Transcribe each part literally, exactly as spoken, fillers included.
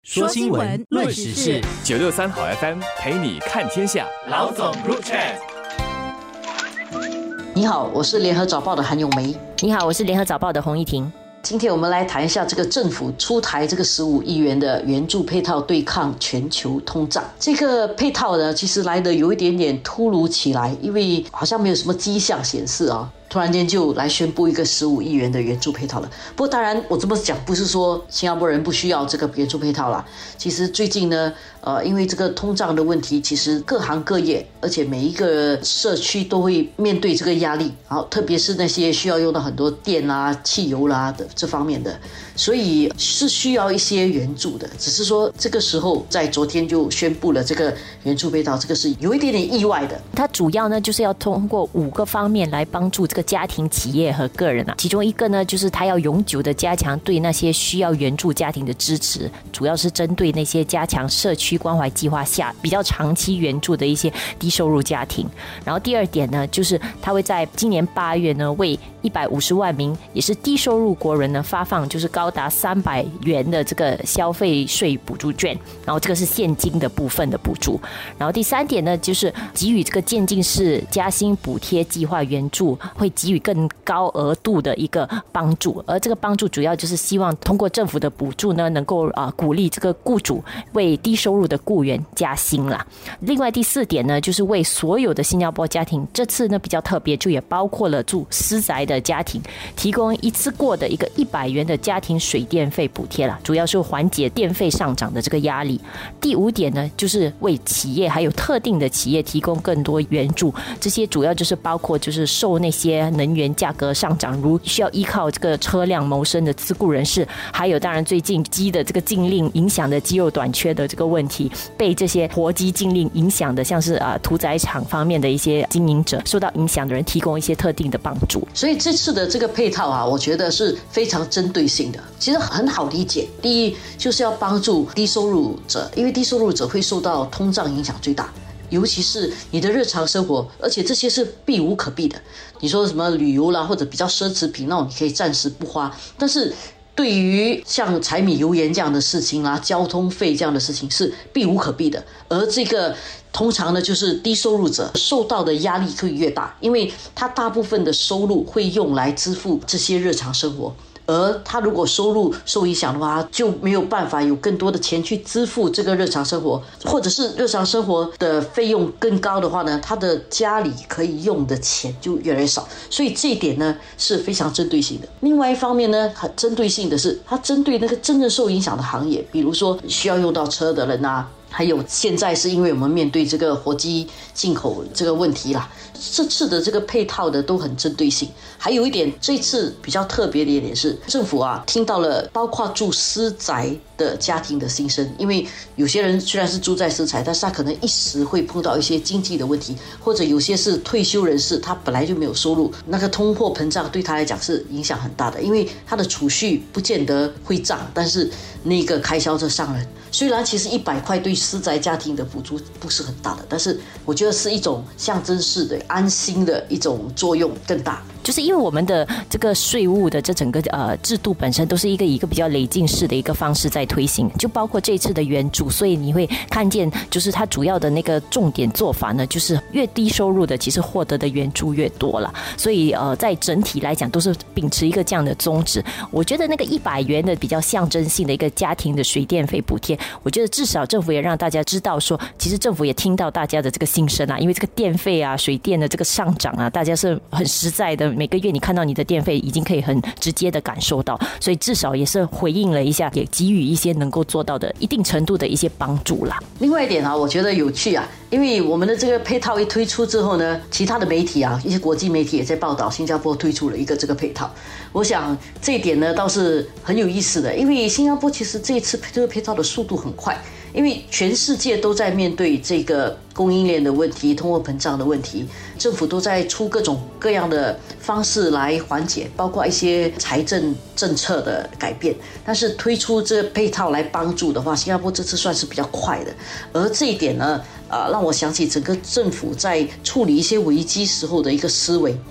说新闻，论时事， 九六三好 F M 陪你看天下。 老总入场。 你好，我是联合早报的韩咏梅。 你好，我是联合早报的洪一婷。 今天我们来谈一下这个政府出台这个十五亿元的援助配套对抗全球通胀。这个配套呢，其实来的有一点点突如其来，因为好像没有什么迹象显示啊。突然间就来宣布一个十五亿元的援助配套了。不过当然我这么讲不是说新加坡人不需要这个援助配套啦。其实最近呢呃，因为这个通胀的问题，其实各行各业而且每一个社区都会面对这个压力，然后特别是那些需要用到很多电啦、汽油啦的这方面的，所以是需要一些援助的。只是说这个时候在昨天就宣布了这个援助配套，这个是有一点点意外的。 它主要呢就是要通过五个方面来帮助这个家庭、企业和个人啊。其中一个呢就是它要永久的加强对那些需要援助家庭的支持，主要是针对那些加强社区关怀计划下比较长期援助的一些低收入家庭。然后第二点呢，就是它会在今年八月呢为一百五十万名也是低收入国人呢发放就是高达三百元的这个消费税补助券，然后这个是现金的部分的补助。然后第三点呢，就是给予这个渐进式加薪补贴计划援助，会给予更高额度的一个帮助，而这个帮助主要就是希望通过政府的补助呢，能够啊、呃、鼓励这个雇主为低收入的雇员加薪啦。另外第四点呢，就是为所有的新加坡家庭，这次呢比较特别，就也包括了住私宅的家庭，提供一次过的一个一百元的家庭水电费补贴啦，主要是缓解电费上涨的这个压力。第五点呢，就是为企业还有特定的企业提供更多援助，这些主要就是包括就是受那些能源价格上涨，如需要依靠这个车辆谋生的自雇人士，还有当然最近鸡的这个禁令影响的鸡肉短缺的这个问题，被这些活鸡禁令影响的，像是啊、呃、屠宰场方面的一些经营者受到影响的人，提供一些特定的帮助。 所以这次的这个配套啊，我觉得是非常针对性的，其实很好理解。第一就是要帮助低收入者，因为低收入者会受到通胀影响最大。尤其是你的日常生活，而且这些是避无可避的。你说什么旅游啦，或者比较奢侈品那种，你可以暂时不花，但是对于像柴米油盐这样的事情啦，交通费这样的事情是避无可避的。而这个通常呢，就是低收入者受到的压力会越大，因为他大部分的收入会用来支付这些日常生活。而他如果收入受影响的话，就没有办法有更多的钱去支付这个日常生活，或者是日常生活的费用更高的话呢，他的家里可以用的钱就越来越少。所以这一点呢是非常针对性的。另外一方面呢，很针对性的是它针对那个真正受影响的行业，比如说需要用到车的人啊，还有现在是因为我们面对这个活鸡进口这个问题啦，这次的这个配套的都很针对性。还有一点，这次比较特别的一点是，政府啊听到了包括住私宅的家庭的心声，因为有些人虽然是住在私宅，但是他可能一时会碰到一些经济的问题，或者有些是退休人士，他本来就没有收入，那个通货膨胀对他来讲是影响很大的，因为他的储蓄不见得会涨，但是那个开销就上了。虽然其实一百块对私宅家庭的补助不是很大的，但是我觉得是一种象征式的安心的一种作用更大。 就是因为我们的这个税务的这整个呃制度本身都是一个一个比较累进式的一个方式在推行，就包括这一次的援助，所以你会看见就是它主要的那个重点做法呢，就是越低收入的其实获得的援助越多了，所以呃在整体来讲都是秉持一个这样的宗旨。我觉得那个一百元的比较象征性的一个家庭的水电费补贴，我觉得至少政府也让大家知道说，其实政府也听到大家的这个心声啊，因为这个电费啊、水电的这个上涨啊，大家是很实在的，每个月你看到你的电费已经可以很直接的感受到，所以至少也是回应了一下，也给予一些能够做到的一定程度的一些帮助啦。 另外一点啊，我觉得有趣啊，因为我们的这个配套一推出之后呢，其他的媒体啊，一些国际媒体也在报道新加坡推出了一个这个配套。我想这一点呢倒是很有意思的，因为新加坡其实这一次这个配套的速度很快，因为全世界都在面对这个供应链的问题、通货膨胀的问题，政府都在出各种各样的方式来缓解，包括一些财政政策的改变。但是推出这配套来帮助的话，新加坡这次算是比较快的。而这一点呢，呃，让我想起整个政府在处理一些危机时候的一个思维。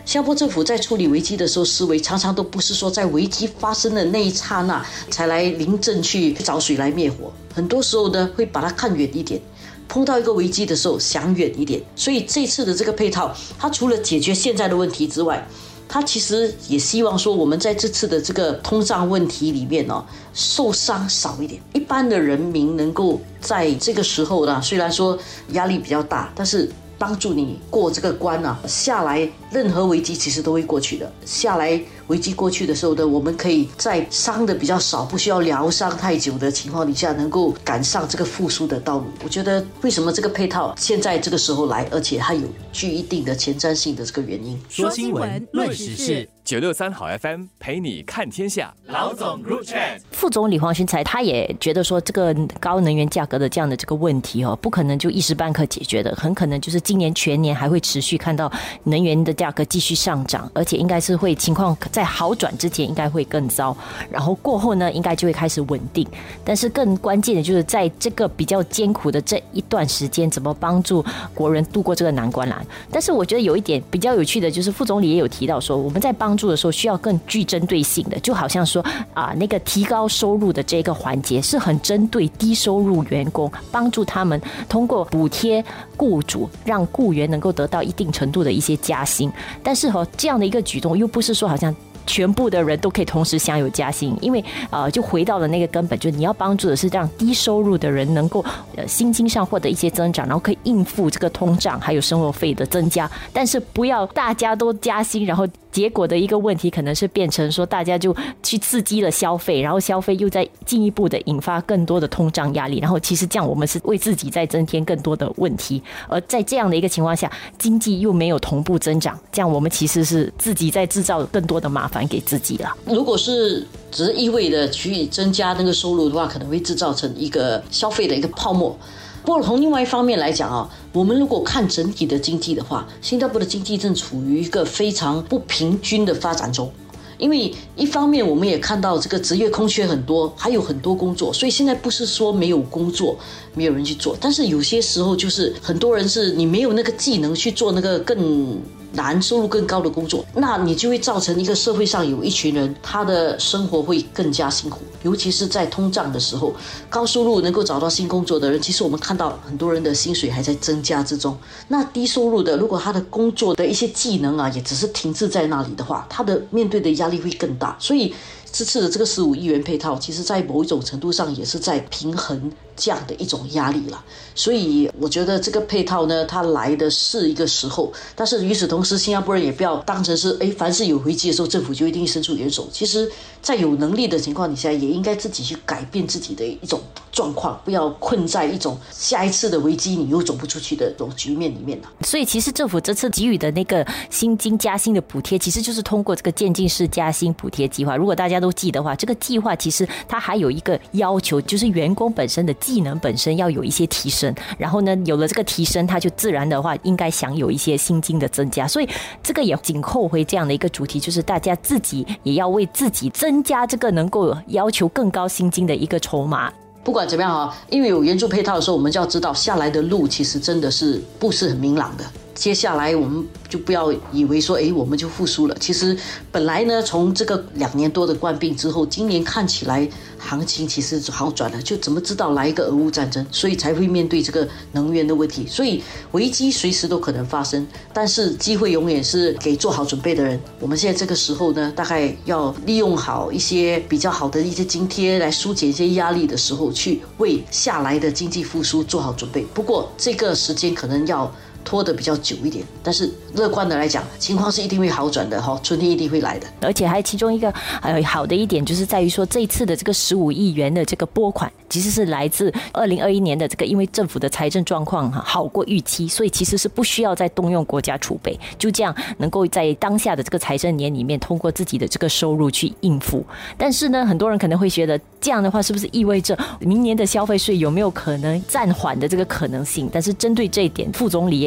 新加坡政府在处理危机的时候，思维常常都不是说在危机发生的那一刹那才来临阵去找水来灭火，很多时候呢会把它看远一点，碰到一个危机的时候想远一点。所以这次的这个配套，它除了解决现在的问题之外，他其实也希望说，我们在这次的这个通胀问题里面哦，受伤少一点，一般的人民能够在这个时候呢，虽然说压力比较大，但是帮助你过这个关啊，下来任何危机其实都会过去的。下来危机过去的时候呢，我们可以在伤的比较少，不需要疗伤太久的情况底下，能够赶上这个复苏的道路。我觉得为什么这个配套现在这个时候来，而且它有具一定的前瞻性的这个原因。 说新闻，论时事， 九六三好 F M 陪你看天下。 老总 Group Chat。 副总李黄循财他也觉得说，这个高能源价格的这样的这个问题哦，不可能就一时半刻解决的，很可能就是今年全年还会持续看到能源的价格继续上涨，而且应该是会情况在好转之前应该会更糟，然后过后呢应该就会开始稳定。但是更关键的就是在这个比较艰苦的这一段时间，怎么帮助国人度过这个难关啦。但是我觉得有一点比较有趣的就是副总理也有提到说，我们在帮助的时候需要更具针对性的，就好像说啊，那个提高收入的这个环节是很针对低收入员工，帮助他们通过补贴雇主，让雇员能够得到一定程度的一些加薪。但是和这样的一个举动又不是说好像全部的人都可以同时享有加薪，因为呃，就回到了那个根本，就是你要帮助的是让低收入的人能够呃薪金上获得一些增长，然后可以应付这个通胀还有生活费的增加，但是不要大家都加薪，然后结果的一个问题可能是变成说大家就去刺激了消费，然后消费又在进一步的引发更多的通胀压力，然后其实这样我们是为自己在增添更多的问题，而在这样的一个情况下，经济又没有同步增长，这样我们其实是自己在制造更多的麻烦给自己了。 如果是只是一味的去增加那个收入的话，可能会制造成一个消费的一个泡沫。不过从另外一方面来讲啊，我们如果看整体的经济的话，新加坡的经济正处于一个非常不平均的发展中。因为一方面我们也看到这个职业空缺很多，还有很多工作，所以现在不是说没有工作没有人去做，但是有些时候就是很多人是你没有那个技能去做那个更难收入更高的工作，那你就会造成一个社会上有一群人他的生活会更加辛苦，尤其是在通胀的时候，高收入能够找到新工作的人，其实我们看到很多人的薪水还在增加之中，那低收入的如果他的工作的一些技能啊也只是停滞在那里的话，他的面对的压力会更大。所以这次的这个十五亿元配套，其实在某一种程度上也是在平衡这样的一种压力了。所以我觉得这个配套呢，它来的是一个时候，但是与此同时，新加坡人也不要当成是哎，凡是有危机的时候，政府就一定伸出援手。其实，在有能力的情况底下，也应该自己去改变自己的一种状况，不要困在一种下一次的危机你又走不出去的这种局面里面了。 所以，其实政府这次给予的那个薪金加薪的补贴，其实就是通过这个渐进式加薪补贴计划。如果大家都记得话，这个计划其实它还有一个要求，就是员工本身的技能本身要有一些提升，然后呢，有了这个提升，它就自然的话应该享有一些薪金的增加。所以这个也紧扣回这样的一个主题，就是大家自己也要为自己增加这个能够要求更高薪金的一个筹码。 不管怎么样啊，因为有援助配套的时候，我们就要知道下来的路其实真的是不是很明朗的。接下来我们就不要以为说诶我们就复苏了，其实本来呢从这个两年多的冠病之后，今年看起来行情其实好转了，就怎么知道来一个俄乌战争，所以才会面对这个能源的问题。所以危机随时都可能发生，但是机会永远是给做好准备的人。我们现在这个时候呢，大概要利用好一些比较好的一些津贴来疏解一些压力的时候，去为下来的经济复苏做好准备。不过这个时间可能要拖得比较久一点，但是乐观的来讲，情况是一定会好转的哈，春天一定会来的。 而且还其中一个呃好的一点，就是在于说这一次的这个十五亿元的这个拨款，其实是来自二零二一年的这个，因为政府的财政状况好过预期，所以其实是不需要再动用国家储备，就这样能够在当下的这个财政年里面，通过自己的这个收入去应付。但是呢，很多人可能会觉得，这样的话是不是意味着明年的消费税有没有可能暂缓的这个可能性？但是针对这一点，副总理也有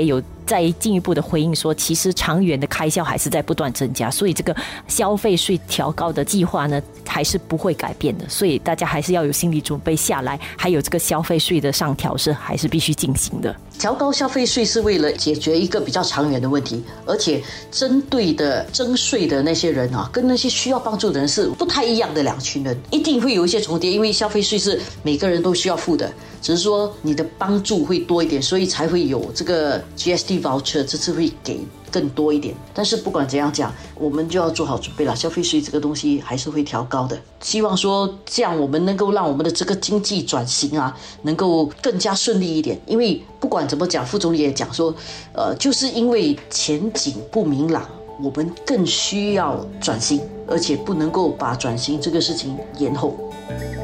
有再进一步的回应说，其实长远的开销还是在不断增加，所以这个消费税调高的计划呢还是不会改变的，所以大家还是要有心理准备下来，还有这个消费税的上调是还是必须进行的。 调高消费税是为了解决一个比较长远的问题，而且针对的征税的那些人啊，跟那些需要帮助的人是不太一样的两群人，一定会有一些重叠，因为消费税是每个人都需要付的，只是说你的帮助会多一点，所以才会有这个 G S T voucher， 这次会给更多一点。但是不管怎样讲，我们就要做好准备了，消费税这个东西还是会调高的。希望说这样我们能够让我们的这个经济转型啊，能够更加顺利一点。因为不管怎么讲，副总理也讲说，呃，就是因为前景不明朗，我们更需要转型，而且不能够把转型这个事情延后。